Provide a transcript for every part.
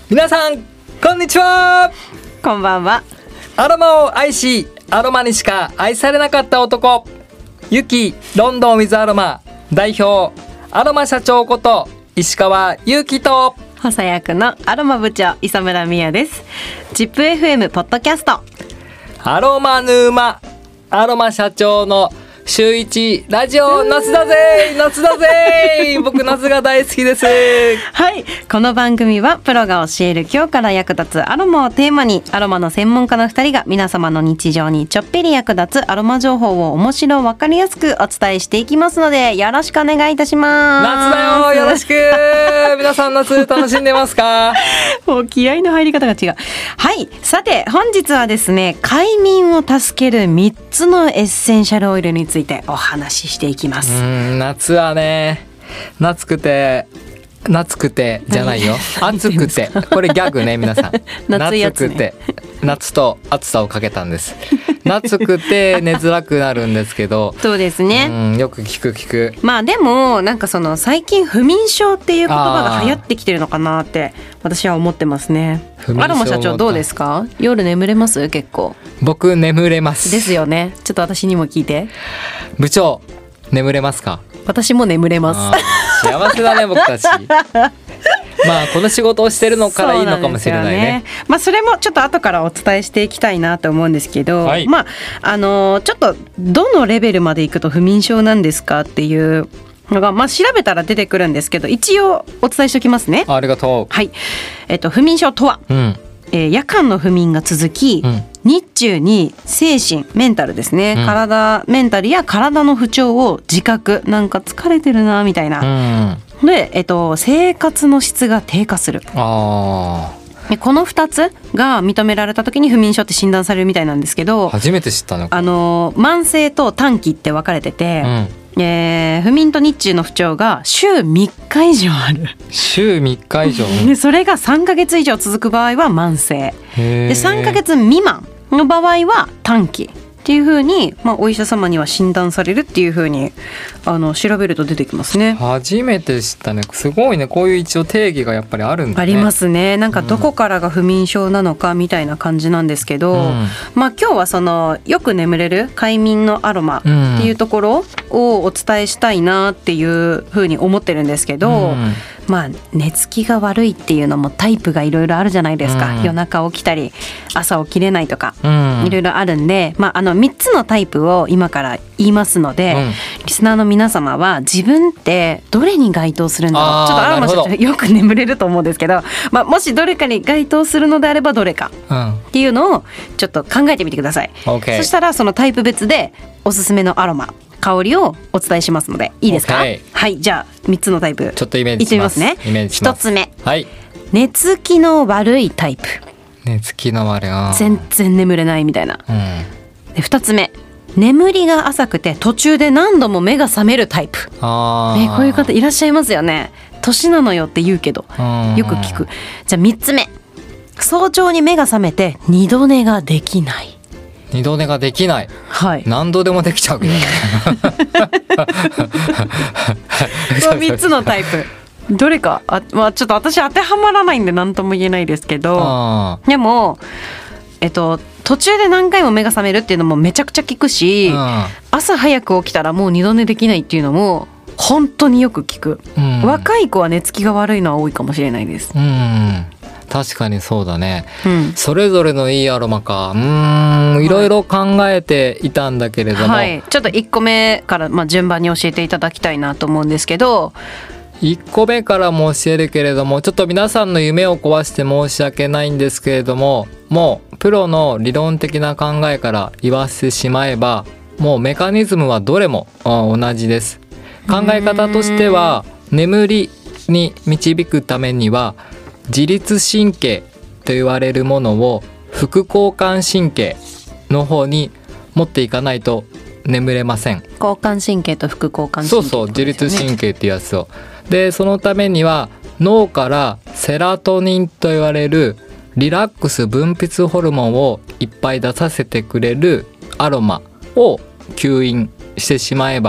皆さんこんにちは。 こんばんは。 アロマを愛しアロマにしか愛されなかった男、ユキロンドンウィズアロマ代表アロマ社長こと石川祐希と補佐役のアロマ部長磯村美也です。ZIPFM ポッドキャストアロマヌーマアロマ社長の週一ラジオ夏だぜ夏だぜ僕夏が大好きです。 はい、この番組はプロが教える今日から役立つアロマをテーマに、アロマの専門家の2人が皆様の日常にちょっぴり役立つアロマ情報を面白わかりやすくお伝えしていきますので、よろしくお願いいたします。 夏だよ、よろしく皆さん夏楽しんでますか？ もう気合いの入り方が違う。はい、さて本日はですね、快眠を助ける3つのエッセンシャルオイルについてお話ししていきます。 夏はね、夏くてじゃないよ暑くて、これギャグね皆さん夏いやつね、 夏くて夏と暑さをかけたんです夏くて寝づらくなるんですけどそうですね、 よく聞く。 まあでもなんかその最近不眠症っていう言葉が流行ってきてるのかなって私は思ってますね。アロマ社長どうですか？夜眠れます？結構僕眠れますですよね。ちょっと私にも聞いて。 部長眠れますか？ 私も眠れます。 幸せだね僕たちまあこの仕事をしてるのからいいのかもしれないね。 まあそれもちょっと後からお伝えしていきたいなと思うんですけど、 はい、 まあちょっとどのレベルまでいくと不眠症なんですかっていうのが、まあ調べたら出てくるんですけど、一応お伝えしておきますね。 ありがとう。 はい、不眠症とは、夜間の不眠が続き、日中に精神メンタルですね、メンタルや体の不調を自覚、なんか疲れてるなみたいな、で、生活の質が低下する。でこの2つが認められた時に不眠症って診断されるみたいなんですけど、 初めて知ったの。 慢性と短期って分かれてて、不眠と日中の不調が週3日以上ある。 週3日以上でそれが3ヶ月以上続く場合は慢性で、3ヶ月未満の場合は短期っていう風に、お医者様には診断されるっていう風に調べると出てきますね。 初めて知ったね。すごいね。こういう一応定義がやっぱりあるんだね。 ありますね。なんかどこからが不眠症なのかみたいな感じなんですけど、今日はそのよく眠れる快眠のアロマっていうところをお伝えしたいなっていう風に思ってるんですけど、寝つきが悪いっていうのもタイプがいろいろあるじゃないですか。夜中起きたり朝起きれないとかいろいろあるんで、3つのタイプを今から言いますので、リスナーの皆様は自分ってどれに該当するんだろう。ちょっとアロマ社長よく眠れると思うんですけど、もしどれかに該当するのであればどれかっていうのをちょっと考えてみてください。そしたらそのタイプ別でおすすめのアロマ香りをお伝えしますのでいいですか？はい、じゃあ3つのタイプちょっとイメージします。 いってみますね。1つ目、寝つきの悪いタイプ。 寝つきの悪い、 全然眠れないみたいな。で2つ目、眠りが浅くて途中で何度も目が覚めるタイプ。こういう方いらっしゃいますよね。年なのよって言うけどよく聞く。じゃあ3つ目、早朝に目が覚めて二度寝ができない。 二度寝ができない、何度でもできちゃうけど 3つのタイプどれかちょっと私当てはまらないんで何とも言えないですけど、でも途中で何回も目が覚めるっていうのもめちゃくちゃ聞くし、朝早く起きたらもう二度寝できないっていうのも本当によく聞く。若い子は寝つきが悪いのは多いかもしれないです。 確かにそうだね、それぞれのいいアロマか、いろいろ考えていたんだけれども、 ちょっと1個目から順番に教えていただきたいなと思うんですけど、 1個目からも教えるけれども、ちょっと皆さんの夢を壊して申し訳ないんですけれども、もうプロの理論的な考えから言わせてしまえば、もうメカニズムはどれも同じです。考え方としては、眠りに導くためには自律神経と言われるものを副交感神経の方に持っていかないと眠れません。 交感神経と副交感神経、 自律神経っていうやつを。でそのためには脳からセラトニンと言われるリラックス分泌ホルモンをいっぱい出させてくれるアロマを吸引してしまえば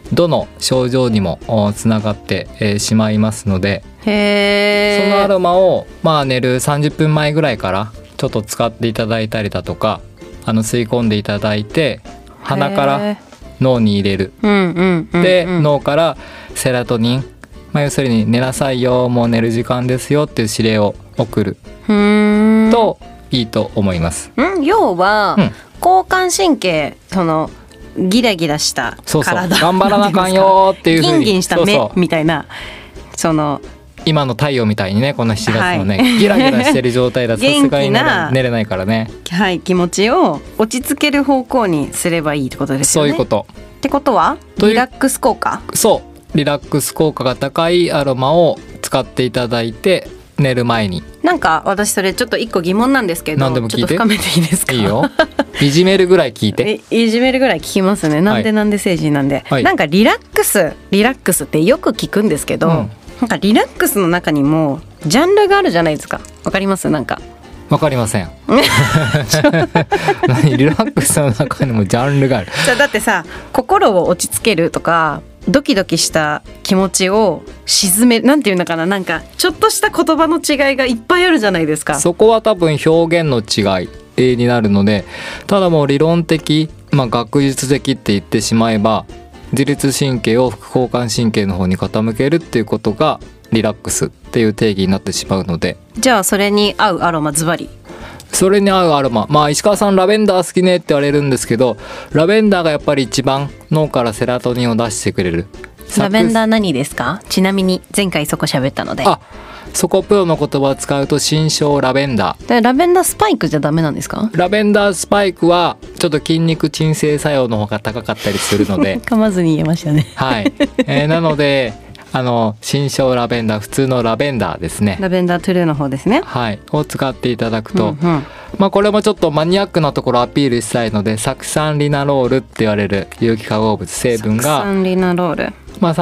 どの症状にもつながってしまいますので、そのアロマを寝る30分前ぐらいからちょっと使っていただいたりだとか、吸い込んでいただいて鼻から脳に入れる、で脳からセロトニン、要するに寝なさいよ、もう寝る時間ですよっていう指令を送るといいと思います。 要は、交感神経、そのギラギラした体、 頑張らなあかんよっていう風にギンギンした目みたいな、その今の太陽みたいにね、この7月のね、ギラギラしてる状態だとさすがに寝れないからね、 気持ちを落ち着ける方向にすればいいってことですよね。 そういうことってことはリラックス効果、 リラックス効果が高いアロマを使っていただいて寝る前に。 なんか私それちょっと一個疑問なんですけど、 何でも聞いて、 ちょっと深めていいですか？ いいよ、いじめるぐらい聞いていじめるぐらい聞きますね。なんで成人なんで、なんかリラックスってよく聞くんですけど、なんかリラックスの中にもジャンルがあるじゃないですか。わかります？なんかわかりませんリラックスの中にもジャンルがある。 じゃだってさ、心を落ち着けるとかドキドキした気持ちを沈める、なんていうのかな、なんかちょっとした言葉の違いがいっぱいあるじゃないですか。 そこは多分表現の違いになるので、ただもう理論的、学術的って言ってしまえば、自律神経を副交感神経の方に傾けるっていうことがリラックスっていう定義になってしまうので、 じゃあそれに合うアロマ、ズバリそれに合うアロマ、石川さんラベンダー好きねって言われるんですけど、ラベンダーがやっぱり一番脳からセロトニンを出してくれる。 ラベンダー何ですか？ちなみに前回そこ喋ったので。 そこプロの言葉を使うと新生ラベンダー。 ラベンダースパイクじゃダメなんですか？ラベンダースパイクはちょっと筋肉鎮静作用の方が高かったりするので噛まずに言えましたねはい、なので新生ラベンダー、普通のラベンダーですね、 ラベンダートゥルーの方ですね、 はい、を使っていただくと、これもちょっとマニアックなところアピールしたいので、酢酸リナロールって言われる有機化合物成分が酢酸リナロール、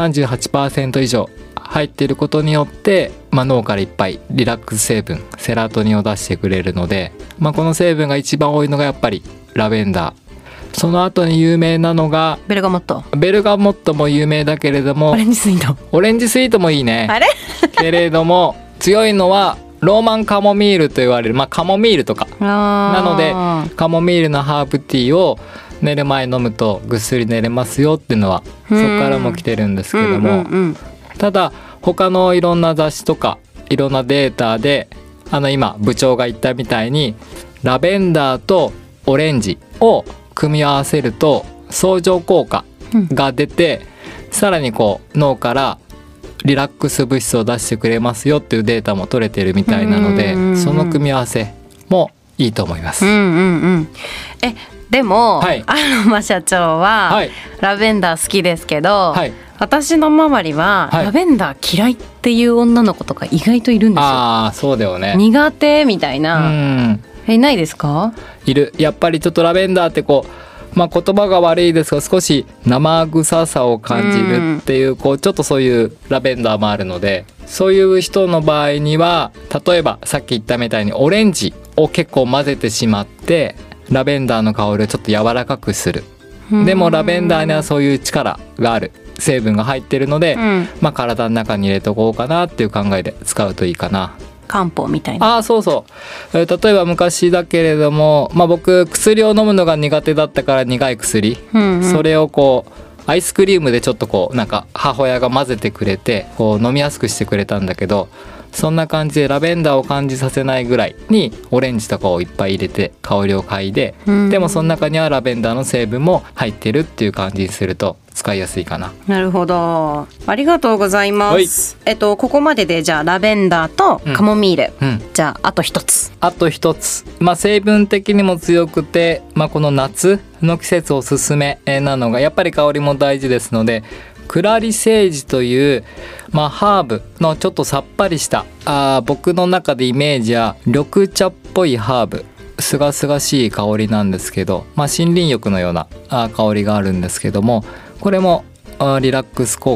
38% 以上入っていることによって、脳からいっぱいリラックス成分セロトニンを出してくれるので、この成分が一番多いのがやっぱりラベンダー。その後に有名なのがベルガモット。 ベルガモットも有名だけれども、 オレンジスイートもいいね。 あれけれども強いのはローマンカモミールと言われる、カモミールとかなので、カモミールのハーブティーを寝る前飲むとぐっすり寝れますよっていうのはそこからも来てるんですけども、ただ他のいろんな雑誌とかいろんなデータで今部長が言ったみたいにラベンダーとオレンジを組み合わせると相乗効果が出て、さらに脳からリラックス物質を出してくれますよっていうデータも取れてるみたいなので、その組み合わせもいいと思います。 でも、アロマ社長は、ラベンダー好きですけど、私の周りは、ラベンダー嫌いっていう女の子とか意外といるんですよ。 そうだよね。 苦手みたいな。いないですか？ いる。やっぱりちょっとラベンダーって言葉が悪いですが少し生臭さを感じるっていう、ちょっとそういうラベンダーもあるので、そういう人の場合には例えばさっき言ったみたいにオレンジを結構混ぜてしまってラベンダーの香りをちょっと柔らかくする。でもラベンダーにはそういう力がある成分が入ってるので、体の中に入れとこうかなっていう考えで使うといいかな。 漢方みたいな。 例えば昔だけれども、僕薬を飲むのが苦手だったから苦い薬、それをアイスクリームでちょっとなんか母親が混ぜてくれて飲みやすくしてくれたんだけど、そんな感じでラベンダーを感じさせないぐらいにオレンジとかをいっぱい入れて香りを嗅いで、でもその中にはラベンダーの成分も入ってるっていう感じにすると使いやすいかな。 なるほど、ありがとうございます。ここまででじゃあラベンダーとカモミール、じゃああと一つ、 成分的にも強くて、この夏の季節おすすめなのがやっぱり香りも大事ですので、クラリセージという、ハーブのちょっとさっぱりした僕の中でイメージは緑茶っぽいハーブ、すがすがしい香りなんですけど、森林浴のような香りがあるんですけども、これもリラックス効果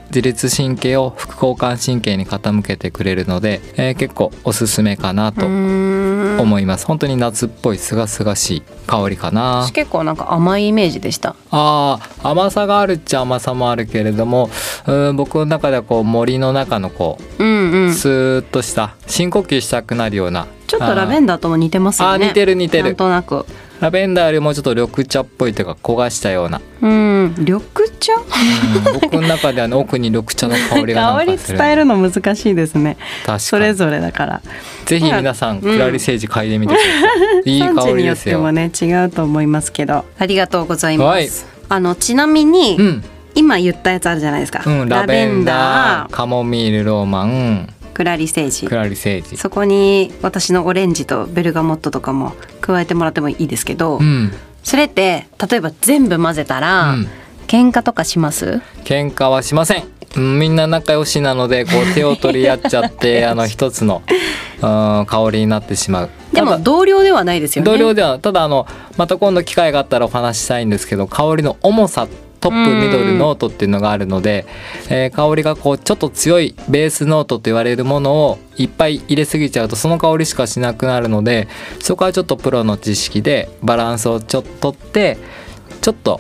自律神経を副交感神経に傾けてくれるので、結構おすすめかなと思います。本当に夏っぽいすがすがしい香りかな。 私結構なんか甘いイメージでした。 甘さがあるっちゃ甘さもあるけれども、僕の中ではこう森の中のこう、スーッとした深呼吸したくなるような、 ちょっとラベンダーとも似てますよね。 似てるなんとなくラベンダーよりもちょっと緑茶っぽいというか焦がしたような、 緑茶、 僕の中では、奥に緑茶の香りがなんかする。 香り伝えるの難しいですね。 確かにそれぞれだから。 ぜひ皆さん、クラリセージ嗅いでみてください。いい香りですよ。産地によってもね違うと思いますけど、ありがとうございます。 はい、 ちなみに、今言ったやつあるじゃないですか。 ラベンダー、カモミールローマン、 クラリセージ、そこに私のオレンジとベルガモットとかも加えてもらってもいいですけど、それって例えば全部混ぜたら、喧嘩とかします？ 喧嘩はしません。みんな仲良しなのでこう手を取り合っちゃって一つの香りになってしまう。 でも同僚ではないですよね。 同僚では、ただまた今度機会があったらお話ししたいんですけど、香りの重さ、トップミドルノートっていうのがあるので、香りがこうちょっと強いベースノートと言われるものをいっぱい入れすぎちゃうとその香りしかしなくなるので、そこはちょっとプロの知識でバランスをちょっと取って、ちょっと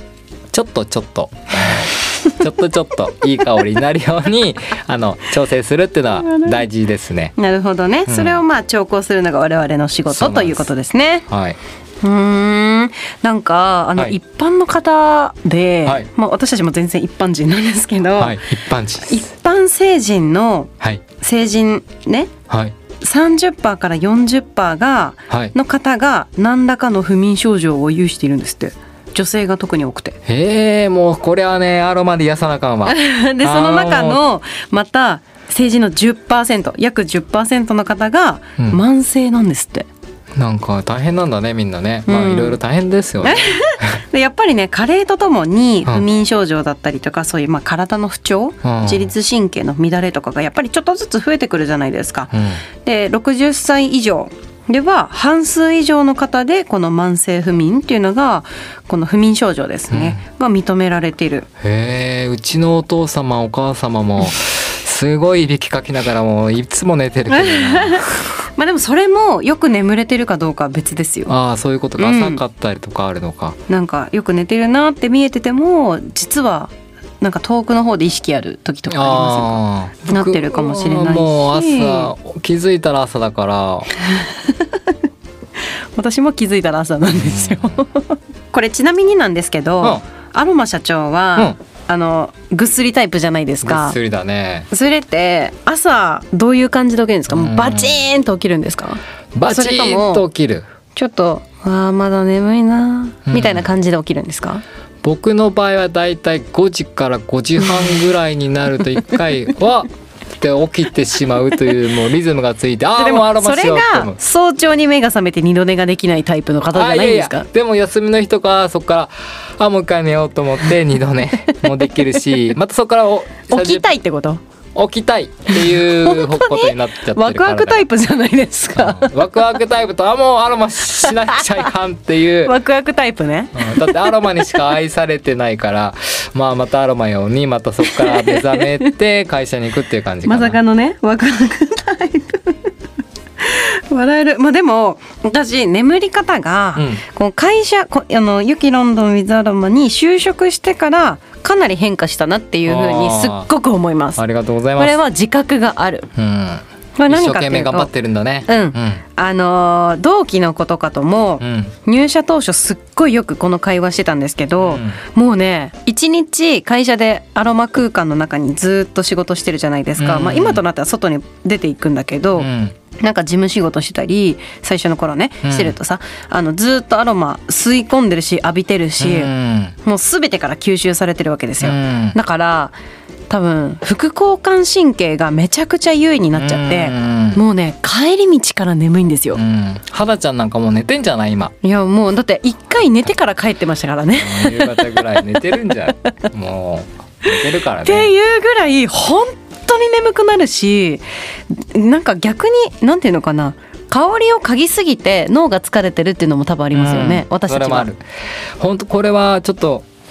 いい香りになるように調整するっていうのは大事ですね。 なるほどね、それを調香するのが我々の仕事ということですね。 はい。 なんか一般の方で、私たちも全然一般人なんですけど、 一般成人の成人ね、30% から 40% の方が何らかの不眠症状を有しているんですって。女性が特に多くて。 もうこれはね、アロマで癒さなあかんわ。 でその中のまた成人の 10%、 約 10% の方が慢性なんですって。 なんか大変なんだね、みんなね。いろいろ大変ですよね。 でやっぱりね、加齢とともに不眠症状だったりとか、そういう体の不調、自律神経の乱れとかがやっぱりちょっとずつ増えてくるじゃないですか。で60歳以上では半数以上の方でこの慢性不眠っていうのが、この不眠症状ですね、が認められている。 うちのお父様お母様もすごいいびきかきながらもいつも寝てるけどな。 でもそれもよく眠れてるかどうかは別ですよ。 そういうことか。浅かったりとかあるのか。 なんかよく寝てるなって見えてても、実はなんか遠くの方で意識ある時とかありますよ。なってるかもしれないし。 もう朝気づいたら朝だから私も気づいたら朝なんですよ。これちなみになんですけど、アロマ社長は、ぐっすりタイプじゃないですか。 ぐっすりだね。 それって朝どういう感じで起きるんですか？もうバチーンと起きるんですか？ バチーンと起きる。 ちょっとまだ眠いなみたいな感じで起きるんですか？ 僕の場合はだいたい5時から5時半ぐらいになると1回はって起きてしまうというもうリズムがついて、 でもそれが早朝に目が覚めて二度寝ができないタイプの方じゃないんですか？ でも休みの日とかそこからもう一回寝ようと思って二度寝もできるし、またそこから起きたいってこと？ 起きたいっていうことになっちゃってるから。 ワクワクタイプじゃないですか。 ワクワクタイプともうアロマしなくちゃいかんっていうワクワクタイプね。 だってアロマにしか愛されてないからまたアロマ用にまたそこから目覚めて会社に行くっていう感じかな。 まさかのね、ワクワクタイプ笑える。でも私眠り方が、この会社ユキロンドンウィズアロマに就職してからかなり変化したなっていう風にすっごく思います。 ありがとうございます。 これは自覚がある。 一生懸命頑張ってるんだね。 同期の子とかとも、入社当初すっごいよくこの会話してたんですけど、もうね一日会社でアロマ空間の中にずっと仕事してるじゃないですか。今となっては外に出ていくんだけど、なんか事務仕事したり最初の頃ねしてるとさ、ずっとアロマ吸い込んでるし浴びてるし、もう全てから吸収されてるわけですよ。だから多分副交感神経がめちゃくちゃ優位になっちゃって、もうね帰り道から眠いんですよ。 肌ちゃんなんかもう寝てんじゃない今？ いやもうだって一回寝てから帰ってましたからね。 夕方ぐらい寝てるんじゃん。もう寝てるからね。 っていうぐらい本当に眠くなるし、なんか逆になんていうのかな、香りを嗅ぎすぎて脳が疲れてるっていうのも多分ありますよね。私たちは。 それもある。本当これはちょっと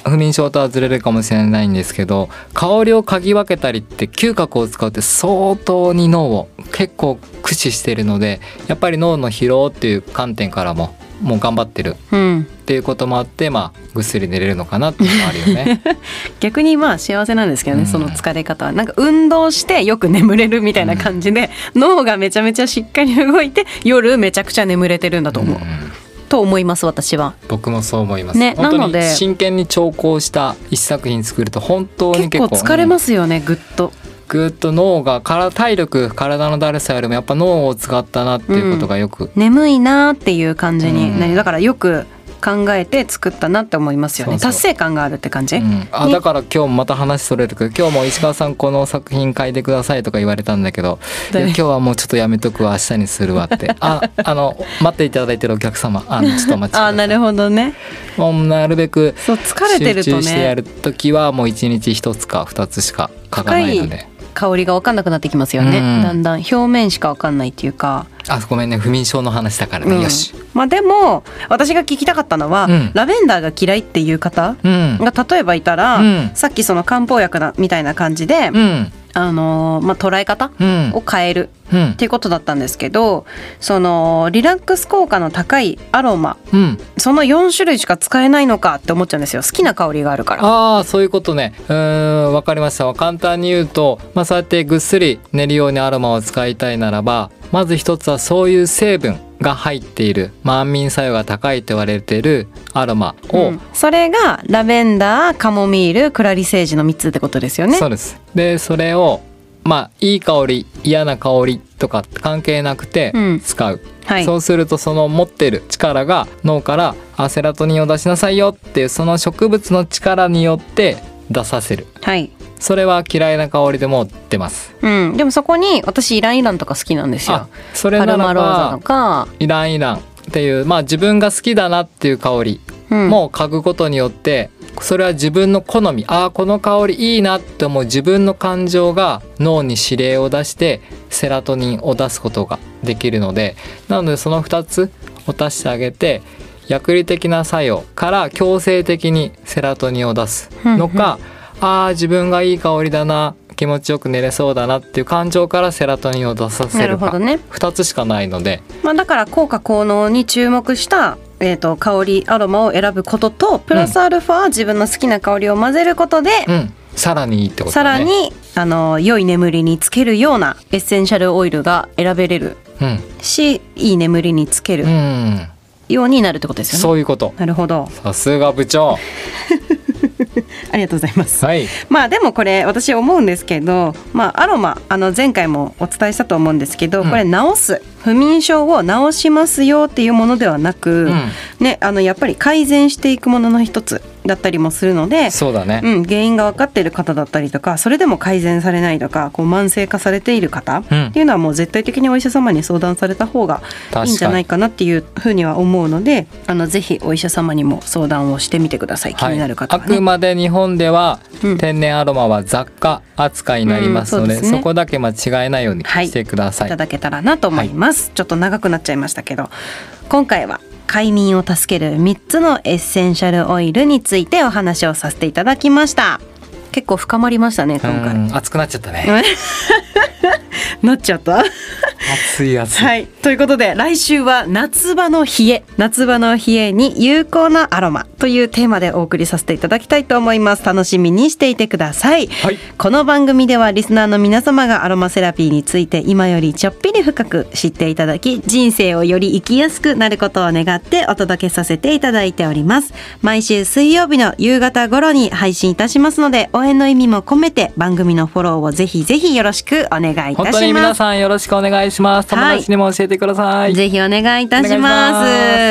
不眠症とはずれるかもしれないんですけど、香りを嗅ぎ分けたりって嗅覚を使うって相当に脳を結構駆使しているので、やっぱり脳の疲労っていう観点からももう頑張ってるっていうこともあって、ぐっすり寝れるのかなっていうのもあるよね逆に幸せなんですけどね、その疲れ方はなんか運動してよく眠れるみたいな感じで、脳がめちゃめちゃしっかり動いて夜めちゃくちゃ眠れてるんだと思う、と思います。私は僕もそう思います、ね、本当に真剣に調校した一作品作ると本当に結構疲れますよね、ぐっと脳が体力、体のだるさよりもやっぱ脳を使ったなっていうことがよく、 眠いなっていう感じになり、だからよく考えて作ったなって思いますよね。 そうそう達成感があるって感じ、 だから今日また話それるけど、今日も石川さんこの作品書いてくださいとか言われたんだけど、今日はもうちょっとやめとくわ、明日にするわって待っていただいてるお客様、ちょっとお待ちくださいなるほどね。 もうなるべく疲れてるとね、 集中してやるときはもう1日1つか2つしか書かないので、 香りが分かんなくなってきますよね、だんだん表面しか分かんないっていうか。 ごめんね、不眠症の話だからね、よし。 でも私が聞きたかったのは、ラベンダーが嫌いっていう方が例えばいたら、さっきその漢方薬みたいな感じで、捉え方を変えるっていうことだったんですけど、そのリラックス効果の高いアロマ、その4種類しか使えないのかって思っちゃうんですよ。好きな香りがあるから。 そういうことね。わかりました。簡単に言うと、そうやってぐっすり寝るようにアロマを使いたいならば、まず一つはそういう成分が入っている、安眠作用が高いと言われているアロマを、 それがラベンダー、カモミール、クラリセージの3つってことですよね。 そうです。でそれをいい香り嫌な香りとか関係なくて使う、そうするとその持ってる力が脳からセラトニンを出しなさいよっていう、その植物の力によって出させる、それは嫌いな香りでも出ます、 でもそこに私イランイランとか好きなんですよ。 それならばパルマローザとかイランイランっていう、自分が好きだなっていう香りも嗅ぐことによって、それは自分の好み、この香りいいなって思う自分の感情が脳に指令を出してセラトニンを出すことができるので、なのでその2つを足してあげて、薬理的な作用から強制的にセラトニンを出すのか、自分がいい香りだな、気持ちよく寝れそうだなっていう感情からセラトニンを出させるか、2つしかないので、 だから効果効能に注目した香りアロマを選ぶことと、プラスアルファ、自分の好きな香りを混ぜることで、 さらにいいってことさらに良い眠りにつけるようなエッセンシャルオイルが選べれる、し、いい眠りにつけるようになるってことですよね。 そういうこと。 なるほど。 さすが部長ありがとうございます、でもこれ私思うんですけど、アロマ前回もお伝えしたと思うんですけど、これ治す、不眠症を治しますよっていうものではなく、やっぱり改善していくものの一つだったりもするので、 そうだね、 原因が分かっている方だったりとか、それでも改善されないとか、慢性化されている方っていうのはもう絶対的にお医者様に相談された方がいいんじゃないかなっていうふうには思うので、ぜひお医者様にも相談をしてみてください、気になる方はね。 あくまで日本では天然アロマは雑貨扱いになりますので、そこだけ間違えないようにしてください。 いただけたらなと思います、ちょっと長くなっちゃいましたけど、今回は快眠を助ける3つのエッセンシャルオイルについてお話をさせていただきました。結構深まりましたね、今回。 熱くなっちゃったねなっちゃった暑い。 ということで来週は夏場の冷えに有効なアロマというテーマでお送りさせていただきたいと思います。楽しみにしていてください、この番組ではリスナーの皆様がアロマセラピーについて今よりちょっぴり深く知っていただき、人生をより生きやすくなることを願ってお届けさせていただいております。毎週水曜日の夕方頃に配信いたしますので、応援の意味も込めて番組のフォローをぜひぜひよろしくお願いいたします。 本当に皆さんよろしくお願いします。友達にも教えてください、 ぜひお願いいたします。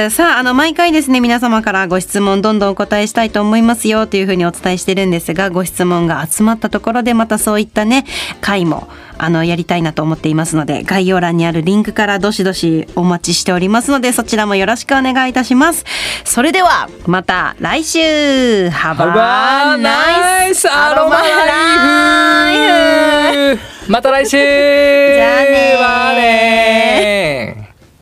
さあ、毎回ですね、皆様からご質問どんどんお答えしたいと思いますよというふうにお伝えしてるんですが、ご質問が集まったところでまたそういったね回もやりたいなと思っていますので、概要欄にあるリンクからどしどしお待ちしておりますので、そちらもよろしくお願いいたします。それではまた来週。 Have a nice アロマライフ。 また来週。 じゃあねー。